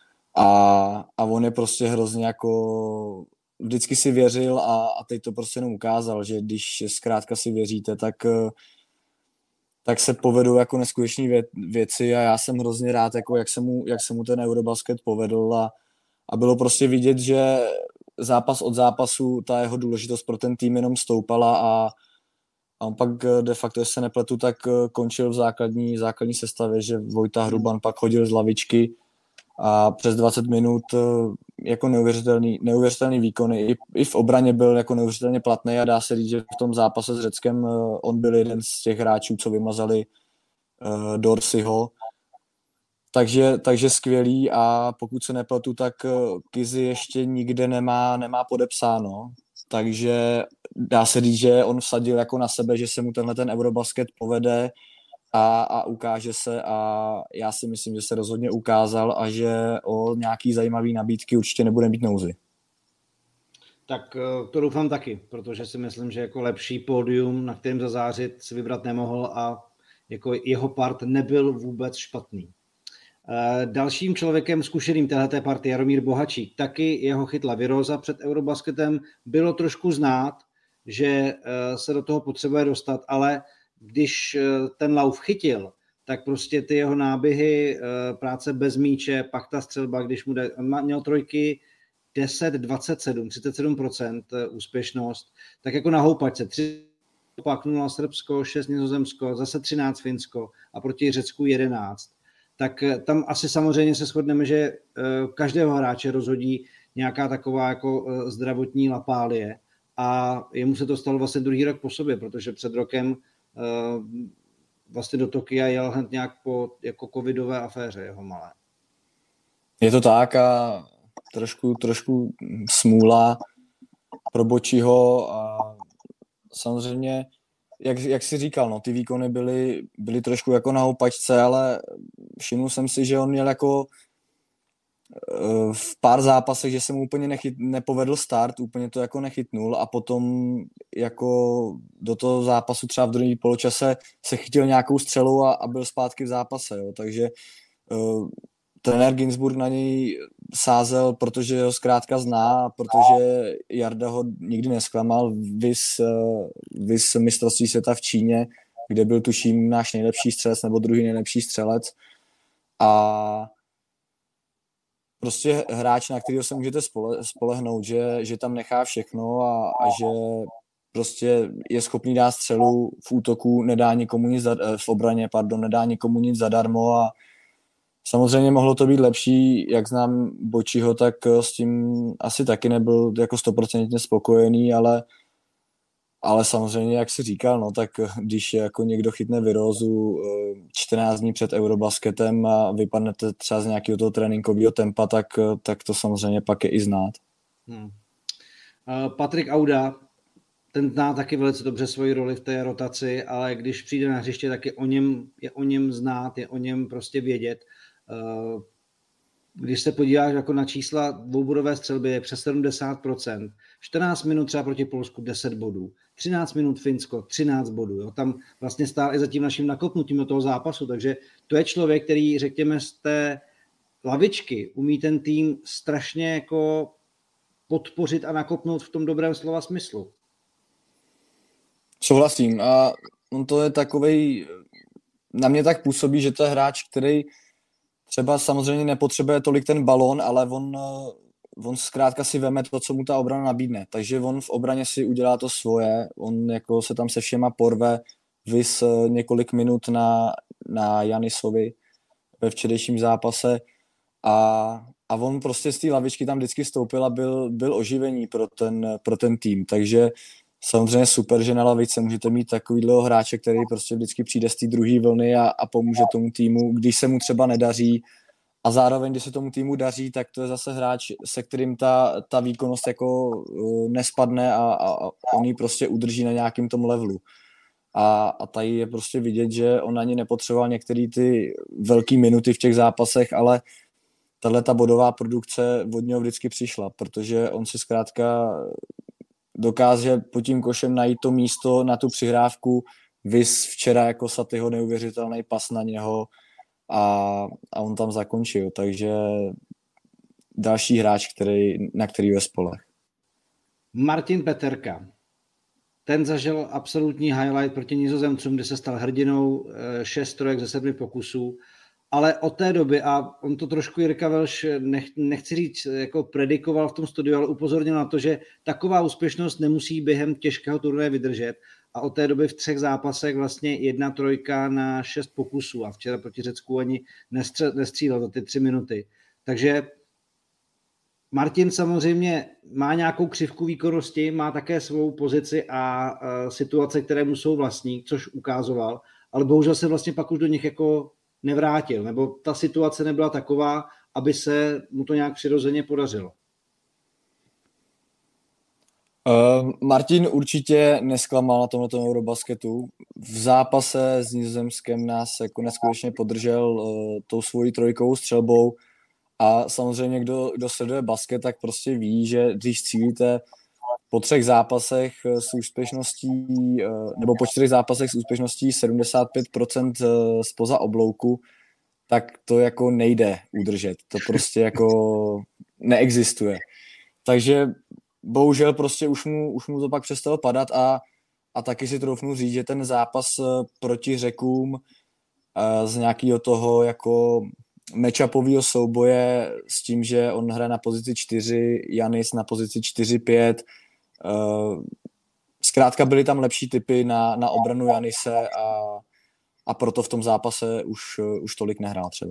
A on je prostě hrozně jako vždycky si věřil a teď to prostě jenom ukázal, že když zkrátka si věříte, tak se povedou jako neskutečné věci a já jsem hrozně rád, jako jak se mu ten Eurobasket povedl a bylo prostě vidět, že zápas od zápasu ta jeho důležitost pro ten tým jenom stoupala a on pak de facto, jestli se nepletu, tak končil v základní sestavě, že Vojta Hruban pak chodil z lavičky a přes 20 minut jako neuvěřitelný výkony. I v obraně byl jako neuvěřitelně platný a dá se říct, že v tom zápase s Řeckem on byl jeden z těch hráčů, co vymazali Dorseyho. Takže skvělý a pokud se nepletu, tak Kizy ještě nikde nemá podepsáno. Takže dá se říct, že on vsadil jako na sebe, že se mu tenhle ten Eurobasket povede a ukáže se a já si myslím, že se rozhodně ukázal a že o nějaký zajímavý nabídky určitě nebude mít nouzy. Tak to doufám taky, protože si myslím, že jako lepší pódium, na kterém zazářit, si vybrat nemohl a jako jeho part nebyl vůbec špatný. Dalším člověkem zkušeným téhleté party Jaromír Bohačík, taky jeho chytla viróza před Eurobasketem, bylo trošku znát, že se do toho potřebuje dostat, ale když ten lauf chytil, tak prostě ty jeho náběhy, práce bez míče, pak ta střelba, když on měl trojky 10, 27, 37% úspěšnost, tak jako na houpačce 3 pak 0 Srbsko, 6 Nizozemsko, zase 13 Finsko a proti Řecku 11. Tak tam asi samozřejmě se shodneme, že každého hráče rozhodí nějaká taková jako zdravotní lapálie a jemu se to stalo vlastně druhý rok po sobě, protože před rokem vlastně do Tokia jel hned nějak po jako covidové aféře jeho malé. Je to tak a trošku smůla pro Bočího a samozřejmě, jak jsi říkal, no, ty výkony byly trošku jako na houpačce, ale všiml jsem si, že on měl jako v pár zápasech, že se mu úplně nepovedl start, úplně to jako nechytnul a potom jako do toho zápasu třeba v druhém poločase se chytil nějakou střelu a byl zpátky v zápase, jo. Takže trenér Ginsburg na něj sázel, protože ho zkrátka zná, protože Jarda ho nikdy nesklamal, vis mistrovství světa v Číně, kde byl tuším náš nejlepší střelec nebo druhý nejlepší střelec a prostě hráč, na kterého se můžete spolehnout, že tam nechá všechno a že prostě je schopný dát střelu v útoku, nedá nikomu nic v obraně, nedá nikomu nic zadarmo a samozřejmě mohlo to být lepší, jak znám Bočího, tak s tím asi taky nebyl jako 100% spokojený, ale samozřejmě, jak jsi říkal, no, tak když jako někdo chytne virózu 14 dní před Eurobasketem a vypadnete třeba z nějakého toho tréninkového tempa, tak to samozřejmě pak je i znát. Patrik Auda, ten zná taky velice dobře svoji roli v té rotaci, ale když přijde na hřiště, tak je o něm znát, je o něm prostě vědět. Když se podíváš jako na čísla dvoubodové střelby, je přes 70%. 14 minut třeba proti Polsku 10 bodů. 13 minut Finsko 13 bodů. Jo. Tam vlastně stál i za tím naším nakopnutím do toho zápasu. Takže to je člověk, který, řekněme, z té lavičky umí ten tým strašně jako podpořit a nakopnout v tom dobrém slova smyslu. Souhlasím. A on to je takovej, na mě tak působí, že to je hráč, který třeba samozřejmě nepotřebuje tolik ten balón, ale on zkrátka si veme to, co mu ta obrana nabídne. Takže on v obraně si udělá to svoje, on jako se tam se všema porve, vys několik minut na Janisovi ve včerejším zápase a on prostě z té lavičky tam vždycky vstoupil a byl oživení pro ten tým. Takže samozřejmě super, že na lavice můžete mít takovýhleho hráče, který prostě vždycky přijde z té druhé vlny a pomůže tomu týmu, když se mu třeba nedaří. A zároveň, když se tomu týmu daří, tak to je zase hráč, se kterým ta výkonnost jako nespadne a on ji prostě udrží na nějakém tom levelu. a tady je prostě vidět, že on ani nepotřeboval některé ty velké minuty v těch zápasech, ale tato bodová produkce od něho vždycky přišla, protože on si zkrátka dokáže pod tím košem najít to místo na tu přihrávku, viz včera jako Satyho neuvěřitelný pas na něho a on tam zakončil, takže další hráč, na který je spoleh. Martin Peterka. Ten zažil absolutní highlight proti Nizozemcům, kde se stal hrdinou 6 trojek ze 7 pokusů, ale od té doby, a on to trošku Jirka Velš, nechci říct, jako predikoval v tom studiu, ale upozornil na to, že taková úspěšnost nemusí během těžkého turnaje vydržet a od té doby v 3 zápasech vlastně 1 trojka na 6 pokusů a včera proti Řecku ani nestřílel za ty 3 minuty. Takže Martin samozřejmě má nějakou křivku výkonnosti, má také svou pozici a situace, které mu jsou vlastní, což ukázoval, ale bohužel se vlastně pak už do nich jako nevrátil, nebo ta situace nebyla taková, aby se mu to nějak přirozeně podařilo. Martin určitě nesklamal na tomto Eurobasketu. V zápase s Nizozemskem nás jako neskutečně podržel tou svojí trojkovou střelbou a samozřejmě kdo sleduje basket, tak prostě ví, že když cílíte po 3 zápasech s úspěšností, nebo po 4 zápasech s úspěšností 75% spoza oblouku, tak to jako nejde udržet. To prostě jako neexistuje. Takže bohužel prostě už mu to pak přestalo padat a taky si troufnu říct, že ten zápas proti Řekům z nějakého toho jako matchupového souboje s tím, že on hraje na pozici 4, Janis na pozici 4-5. Zkrátka byly tam lepší typy na obranu Janise a proto v tom zápase už tolik nehrál třeba.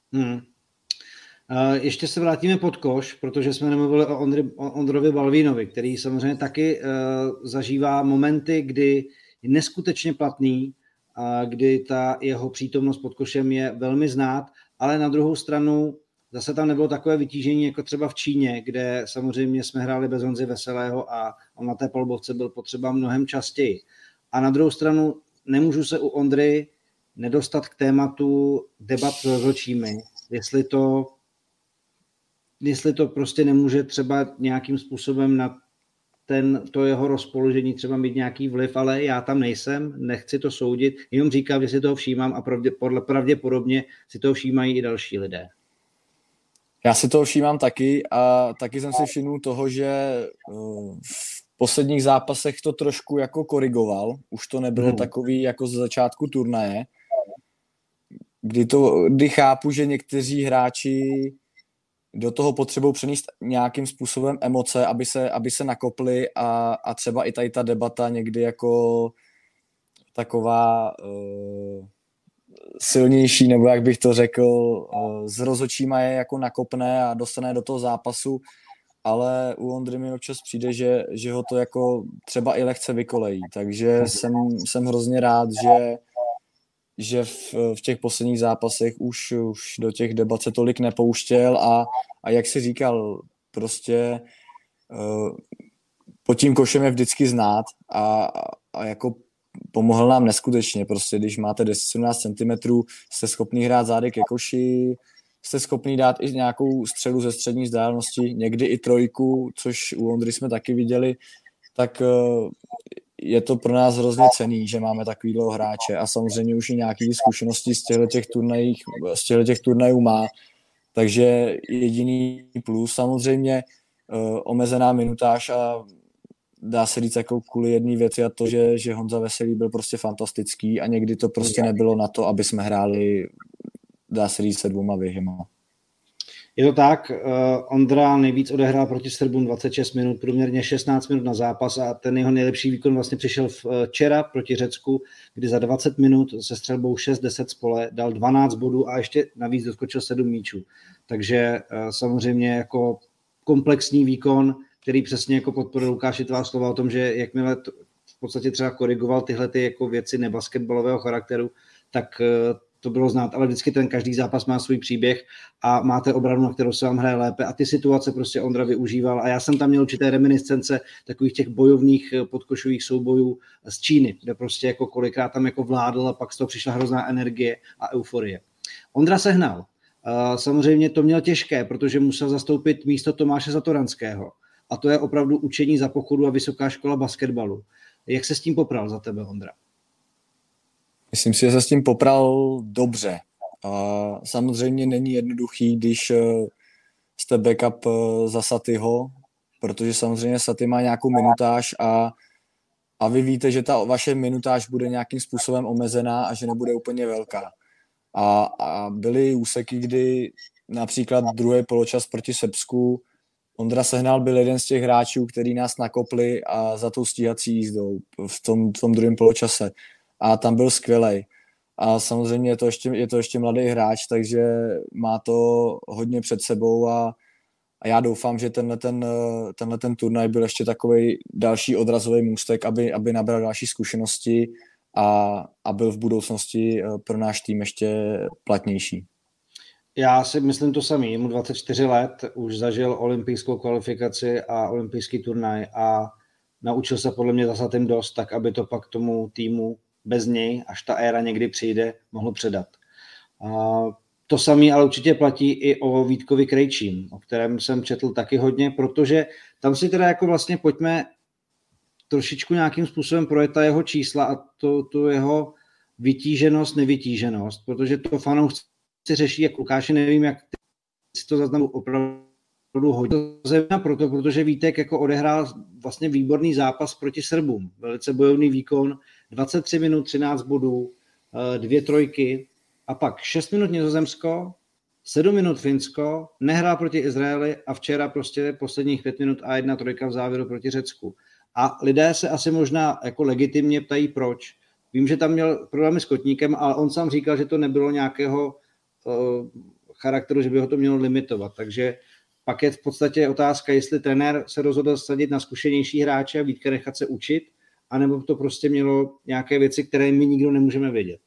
Ještě se vrátíme pod koš, protože jsme nemluvili o Ondrovi Balvínovi, který samozřejmě taky zažívá momenty, kdy je neskutečně platný, kdy ta jeho přítomnost pod košem je velmi znát, ale na druhou stranu zase tam nebylo takové vytížení jako třeba v Číně, kde samozřejmě jsme hráli bez Honzy Veselého a on na té polbovce byl potřeba mnohem častěji. A na druhou stranu nemůžu se u Ondry nedostat k tématu debat s rozhodčími, jestli to prostě nemůže třeba nějakým způsobem na to jeho rozpoložení třeba mít nějaký vliv, ale já tam nejsem, nechci to soudit, jenom říkám, že si toho všímám a pravděpodobně si toho všímají i další lidé. Já si toho všímám taky a taky jsem si všiml toho, že v posledních zápasech to trošku jako korigoval, už to nebylo takový jako z začátku turnaje, kdy chápu, že někteří hráči do toho potřebují přenést nějakým způsobem emoce, aby se nakopli a třeba i tady ta debata někdy jako taková silnější, nebo jak bych to řekl, s rozhodčíma je jako nakopne a dostane do toho zápasu, ale u Ondry mi občas přijde, že ho to jako třeba i lehce vykolejí, takže jsem hrozně rád, že v těch posledních zápasech už do těch debat se tolik nepouštěl a jak si říkal, prostě pod tím košem je vždycky znát a jako pomohl nám neskutečně, prostě když máte 10-17 cm, jste schopný hrát zády ke koši, jste schopný dát i nějakou střelu ze střední vzdálenosti, někdy i trojku, což u Ondry jsme taky viděli, tak je to pro nás hrozně cenný, že máme takovýhle hráče a samozřejmě už i nějaké zkušenosti z těch turnajů má, takže jediný plus, samozřejmě omezená minutáž a dá se říct jako kvůli jedné věci a to, že Honza Veselý byl prostě fantastický a někdy to prostě nebylo na to, aby jsme hráli, dá se říct, se 2 věhama. Je to tak, Ondra nejvíc odehrál proti Srbům 26 minut, průměrně 16 minut na zápas a ten jeho nejlepší výkon vlastně přišel včera proti Řecku, kdy za 20 minut se střelbou 6-10 spole dal 12 bodů a ještě navíc doskočil 7 míčů. Takže samozřejmě jako komplexní výkon, který přesně jako podporuje Lukáši tvá slova o tom, že jakmile v podstatě třeba korigoval tyhle ty jako věci nebasketbalového charakteru, tak to bylo znát, ale vždycky ten každý zápas má svůj příběh a máte obranu, na kterou se vám hraje lépe a ty situace prostě Ondra využíval a já jsem tam měl určité reminiscence takových těch bojovných podkošových soubojů z Číny, kde prostě jako kolikrát tam jako vládl a pak z toho přišla hrozná energie a euforie. Ondra Sehnal. Samozřejmě to měl těžké, protože musel zastoupit místo Tomáše Zatoranského a to je opravdu učení za pochodu a vysoká škola basketbalu. Jak se s tím popral za tebe, Ondra? Myslím si, že se s tím popral dobře. A samozřejmě není jednoduchý, když jste backup za Satyho, protože samozřejmě Saty má nějakou minutáž a vy víte, že ta vaše minutáž bude nějakým způsobem omezená a že nebude úplně velká. A byly úseky, kdy například druhý poločas proti Srbsku Ondra Sehnal byl jeden z těch hráčů, který nás nakopli a za tou stíhací jízdou v tom druhém poločase. A tam byl skvělej. A samozřejmě je to ještě mladý hráč, takže má to hodně před sebou a já doufám, že tenhle turnaj byl ještě takovej další odrazový můstek, aby nabral další zkušenosti a byl v budoucnosti pro náš tým ještě platnější. Já si myslím to samý. Je mu 24 let, už zažil olympijskou kvalifikaci a olympijský turnaj a naučil se podle mě zase tím dost, tak aby to pak tomu týmu bez něj, až ta éra někdy přijde, mohlo předat. A to samé ale určitě platí i o Vítkovi Krejčím, o kterém jsem četl taky hodně, protože tam si teda jako vlastně pojďme trošičku nějakým způsobem projet ta jeho čísla a tu jeho vytíženost, nevytíženost, protože to fanoušci řeší, jak Lukáši, nevím, jak si to zaznamenal opravdu hodně. Zejména proto, protože Vítek jako odehrál vlastně výborný zápas proti Srbům. Velice bojovný výkon, 23 minut, 13 bodů, 2 trojky a pak 6 minut Nizozemsko, 7 minut Finsko, nehrál proti Izraeli a včera prostě posledních 5 minut a 1 trojka v závěru proti Řecku. A lidé se asi možná jako legitimně ptají, proč. Vím, že tam měl problémy s kotníkem, ale on sám říkal, že to nebylo nějakého charakteru, že by ho to mělo limitovat. Takže pak je v podstatě otázka, jestli trenér se rozhodl sadit na zkušenější hráče a Vítka nechat se učit, anebo to prostě mělo nějaké věci, které my nikdo nemůžeme vědět.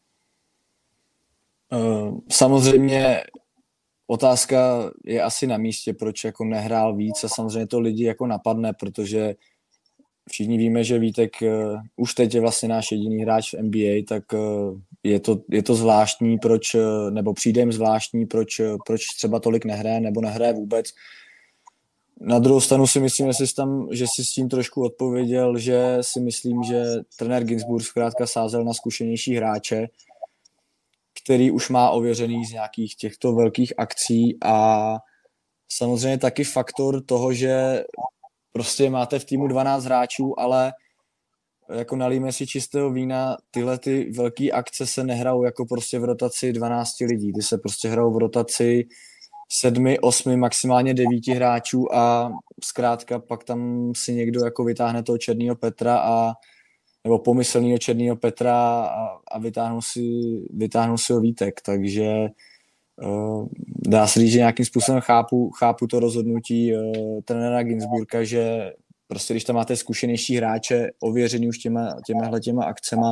Samozřejmě otázka je asi na místě, proč jako nehrál víc a samozřejmě to lidi jako napadne, protože všichni víme, že Vítek už teď je vlastně náš jediný hráč v NBA, tak je to zvláštní, nebo přijde jim zvláštní, proč třeba tolik nehraje nebo nehraje vůbec. Na druhou stranu si myslím, že si s tím trošku odpověděl, že si myslím, že trenér Ginzburg zkrátka sázel na zkušenější hráče, který už má ověřený z nějakých těchto velkých akcí a samozřejmě taky faktor toho, že prostě máte v týmu 12 hráčů, ale jako nalijme si čistého vína, tyhle ty velké akce se nehrajou jako prostě v rotaci 12 lidí, ty se prostě hrajou v rotaci 7, 8, maximálně 9 hráčů a zkrátka pak tam si někdo jako vytáhne toho Černýho Petra nebo pomyslného Černýho Petra a vytáhnou si ho Vítek, takže dá se říct, že nějakým způsobem chápu to rozhodnutí trenéra Ginzburga, že prostě když tam máte zkušenější hráče ověřený už těma akcema,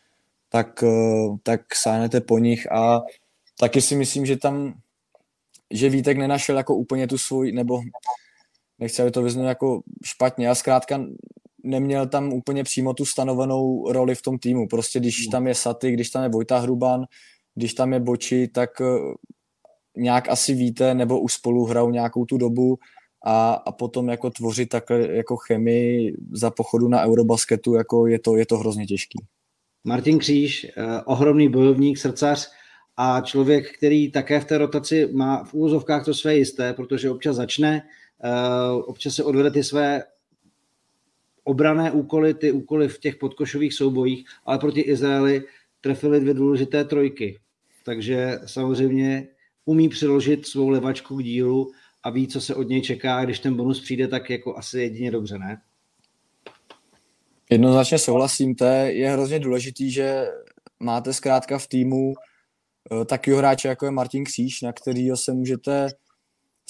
tak sáhnete po nich a taky si myslím, že Vítek nenašel jako úplně tu svůj, nebo nechci, aby to vyznělo jako špatně, a zkrátka neměl tam úplně přímo tu stanovenou roli v tom týmu. Prostě když tam je Saty, když tam je Vojta Hruban, když tam je Boči, tak nějak asi víte, nebo už spolu hrajou nějakou tu dobu a potom jako tvořit takhle jako chemii za pochodu na Eurobasketu, jako je to hrozně těžký. Martin Kříž, ohromný bojovník, srdcař a člověk, který také v té rotaci má v úvozovkách to své jisté, protože občas začne, občas se odvede ty své obranné úkoly, ty úkoly v těch podkošových soubojích, ale proti Izraeli trefili 2 důležité trojky. Takže samozřejmě umí přiložit svou levačku k dílu a ví, co se od něj čeká, když ten bonus přijde, tak jako asi jedině dobře, ne? Jednoznačně souhlasím, to je hrozně důležitý, že máte zkrátka v týmu takového hráče, jako je Martin Kříž, na kterýho se můžete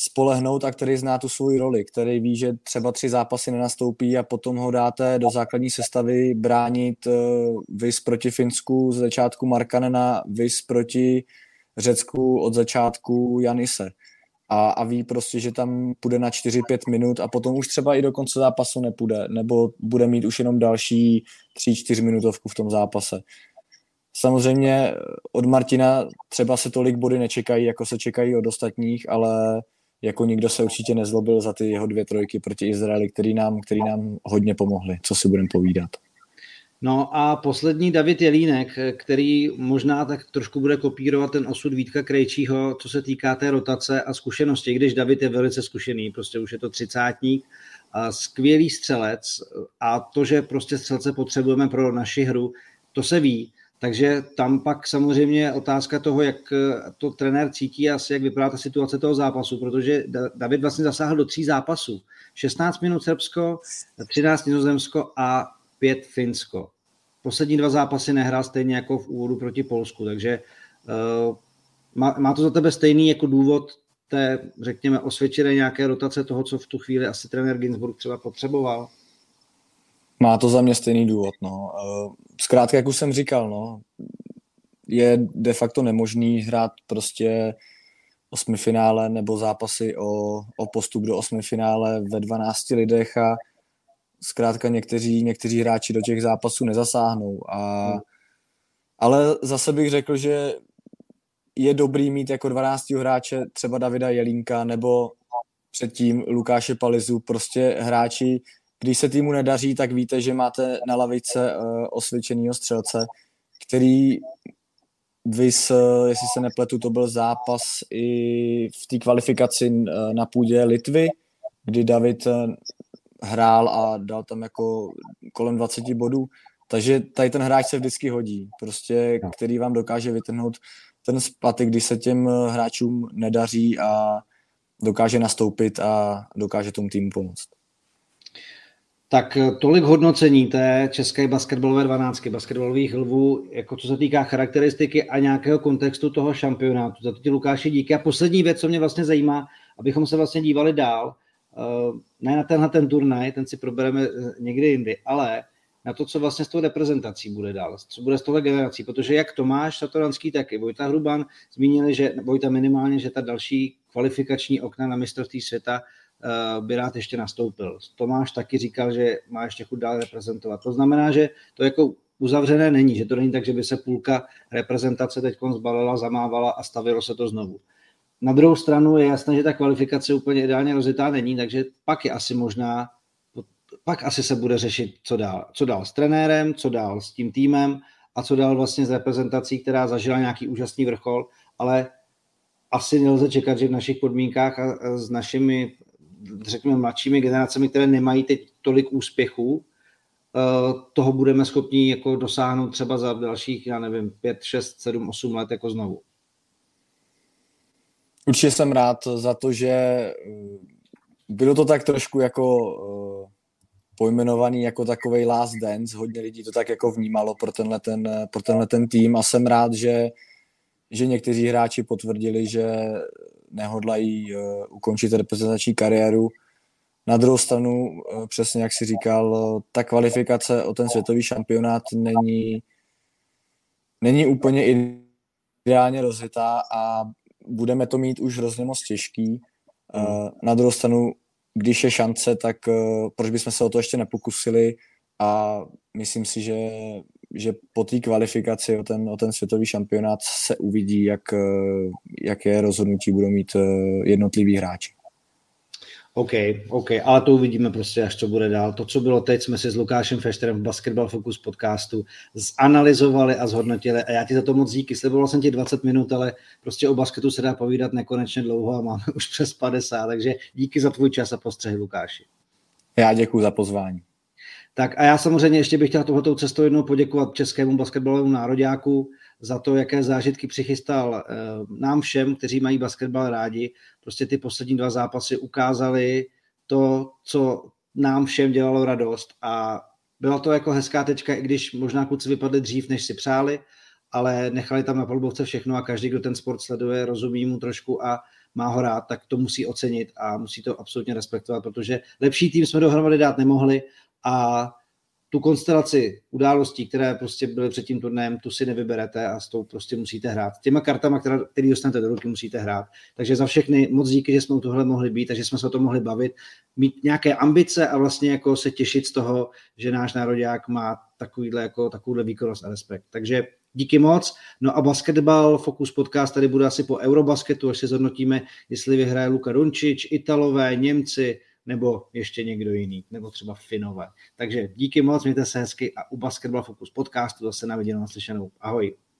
spolehnout a který zná tu svou roli, který ví, že třeba 3 zápasy nenastoupí a potom ho dáte do základní sestavy bránit viz proti Finsku z začátku Markkanena, viz proti Řecku od začátku Janise. A ví prostě, že tam půjde na 4-5 minut a potom už třeba i do konce zápasu nepůjde, nebo bude mít už jenom další 3-4 minutovku v tom zápase. Samozřejmě od Martina třeba se tolik body nečekají, jako se čekají od ostatních, ale jako nikdo se určitě nezlobil za ty jeho 2 trojky proti Izraeli, který nám hodně pomohly, co si budeme povídat. No a poslední David Jelínek, který možná tak trošku bude kopírovat ten osud Vítka Krejčího, co se týká té rotace a zkušenosti, když David je velice zkušený, prostě už je to 30-tník, skvělý střelec a to, že prostě střelce potřebujeme pro naši hru, to se ví. Takže tam pak samozřejmě otázka toho, jak to trenér cítí a jak vypadá ta situace toho zápasu, protože David vlastně zasáhl do 3 zápasů. 16 minut Srbsko, 13 Nizozemsko a 5 Finsko. Poslední 2 zápasy nehrál stejně jako v úvodu proti Polsku, takže má to za tebe stejný jako důvod té, řekněme, osvědčené nějaké rotace toho, co v tu chvíli asi trenér Ginzburg třeba potřeboval? Má to za mě stejný důvod, no. Zkrátka, jak už jsem říkal, no, je de facto nemožný hrát prostě 8finále nebo zápasy o postup do 8finále ve 12 lidech a zkrátka někteří hráči do těch zápasů nezasáhnou. Ale zase bych řekl, že je dobrý mít jako 12. hráče třeba Davida Jelínka nebo předtím Lukáše Palizu, prostě hráči, když se týmu nedaří, tak víte, že máte na lavice osvědčenýho střelce, který jestli se nepletu, to byl zápas i v té kvalifikaci na půdě Litvy, kdy David hrál a dal tam jako kolem 20 bodů. Takže tady ten hráč se vždycky hodí, prostě, který vám dokáže vytrhnout ten splatek, když se těm hráčům nedaří a dokáže nastoupit a dokáže tomu týmu pomoct. Tak tolik hodnocení té české basketbalové 12, basketbalových lvů, jako co se týká charakteristiky a nějakého kontextu toho šampionátu. Za to ti, Lukáši, díky. A poslední věc, co mě vlastně zajímá, abychom se vlastně dívali dál, ne na tenhle ten turnaj, ten si probereme někdy jindy, ale na to, co vlastně s tou reprezentací bude dál, co bude s touhle generací, protože jak Tomáš Satoranský, tak i Vojta Hruban zmínili, že Vojta minimálně, že ta další kvalifikační okna na mistrovství světa by rád ještě nastoupil. Tomáš taky říkal, že má ještě chuť dál reprezentovat. To znamená, že to jako uzavřené není, že to není tak, že by se půlka reprezentace teď zbalila, zamávala a stavilo se to znovu. Na druhou stranu je jasné, že ta kvalifikace úplně ideálně rozjetá není, takže pak asi se bude řešit, co dál s trenérem, co dál s tím týmem a co dál vlastně s reprezentací, která zažila nějaký úžasný vrchol, ale asi nelze čekat, že v našich podmínkách a s našimi, řekněme, mladšími generacemi, které nemají teď tolik úspěchů, toho budeme schopni jako dosáhnout třeba za dalších, 5, 6, 7, 8 let jako znovu. Určitě jsem rád za to, že bylo to tak trošku jako pojmenovaný jako takovej last dance. Hodně lidí to tak jako vnímalo pro tenhle ten tým a jsem rád, že někteří hráči potvrdili, že nehodlají ukončit reprezentační kariéru. Na druhou stranu, přesně jak si říkal, ta kvalifikace o ten světový šampionát není úplně ideálně rozjetá a budeme to mít už hrozně moc těžký. Na druhou stranu, když je šance, tak proč bychom se o to ještě nepokusili a myslím si, že po té kvalifikaci o ten světový šampionát se uvidí, jaké rozhodnutí budou mít jednotliví hráči. OK, ale to uvidíme prostě, až co bude dál. To, co bylo teď, jsme si s Lukášem Fešterem v Basketball Focus podcastu zanalyzovali a zhodnotili a já ti za to moc díky. Sliboval jsem ti 20 minut, ale prostě o basketu se dá povídat nekonečně dlouho a máme už přes 50, takže díky za tvůj čas a postřehy, Lukáši. Já děkuji za pozvání. Tak a já samozřejmě ještě bych chtěl tohletou cestou jednou poděkovat českému basketbalovému nároďáku za to, jaké zážitky přichystal nám všem, kteří mají basketbal rádi. Prostě ty poslední 2 zápasy ukázaly to, co nám všem dělalo radost a byla to jako hezká tečka, i když možná kluci vypadli dřív, než si přáli, ale nechali tam na palubovce všechno a každý, kdo ten sport sleduje, rozumí mu trošku a má ho rád, tak to musí ocenit a musí to absolutně respektovat, protože lepší tým jsme dohromady dát nemohli a tu konstelaci událostí, které prostě byly před tím turnajem, tu si nevyberete a s tou prostě musíte hrát. Těma kartama, který dostanete do ruky, musíte hrát. Takže za všechny moc díky, že jsme u tohle mohli být, takže jsme se o tom mohli bavit, mít nějaké ambice a vlastně jako se těšit z toho, že náš nároďák má takovouhle výkonnost a respekt. Takže díky moc. No a Basketball Focus podcast tady bude asi po Eurobasketu, až si zhodnotíme, jestli vyhraje Luka Dončić, Italové, Němci, nebo ještě někdo jiný, nebo třeba Finové. Takže díky moc, mějte se hezky a u Basketball Focus podcastu zase na viděnou, naslyšenou. Ahoj.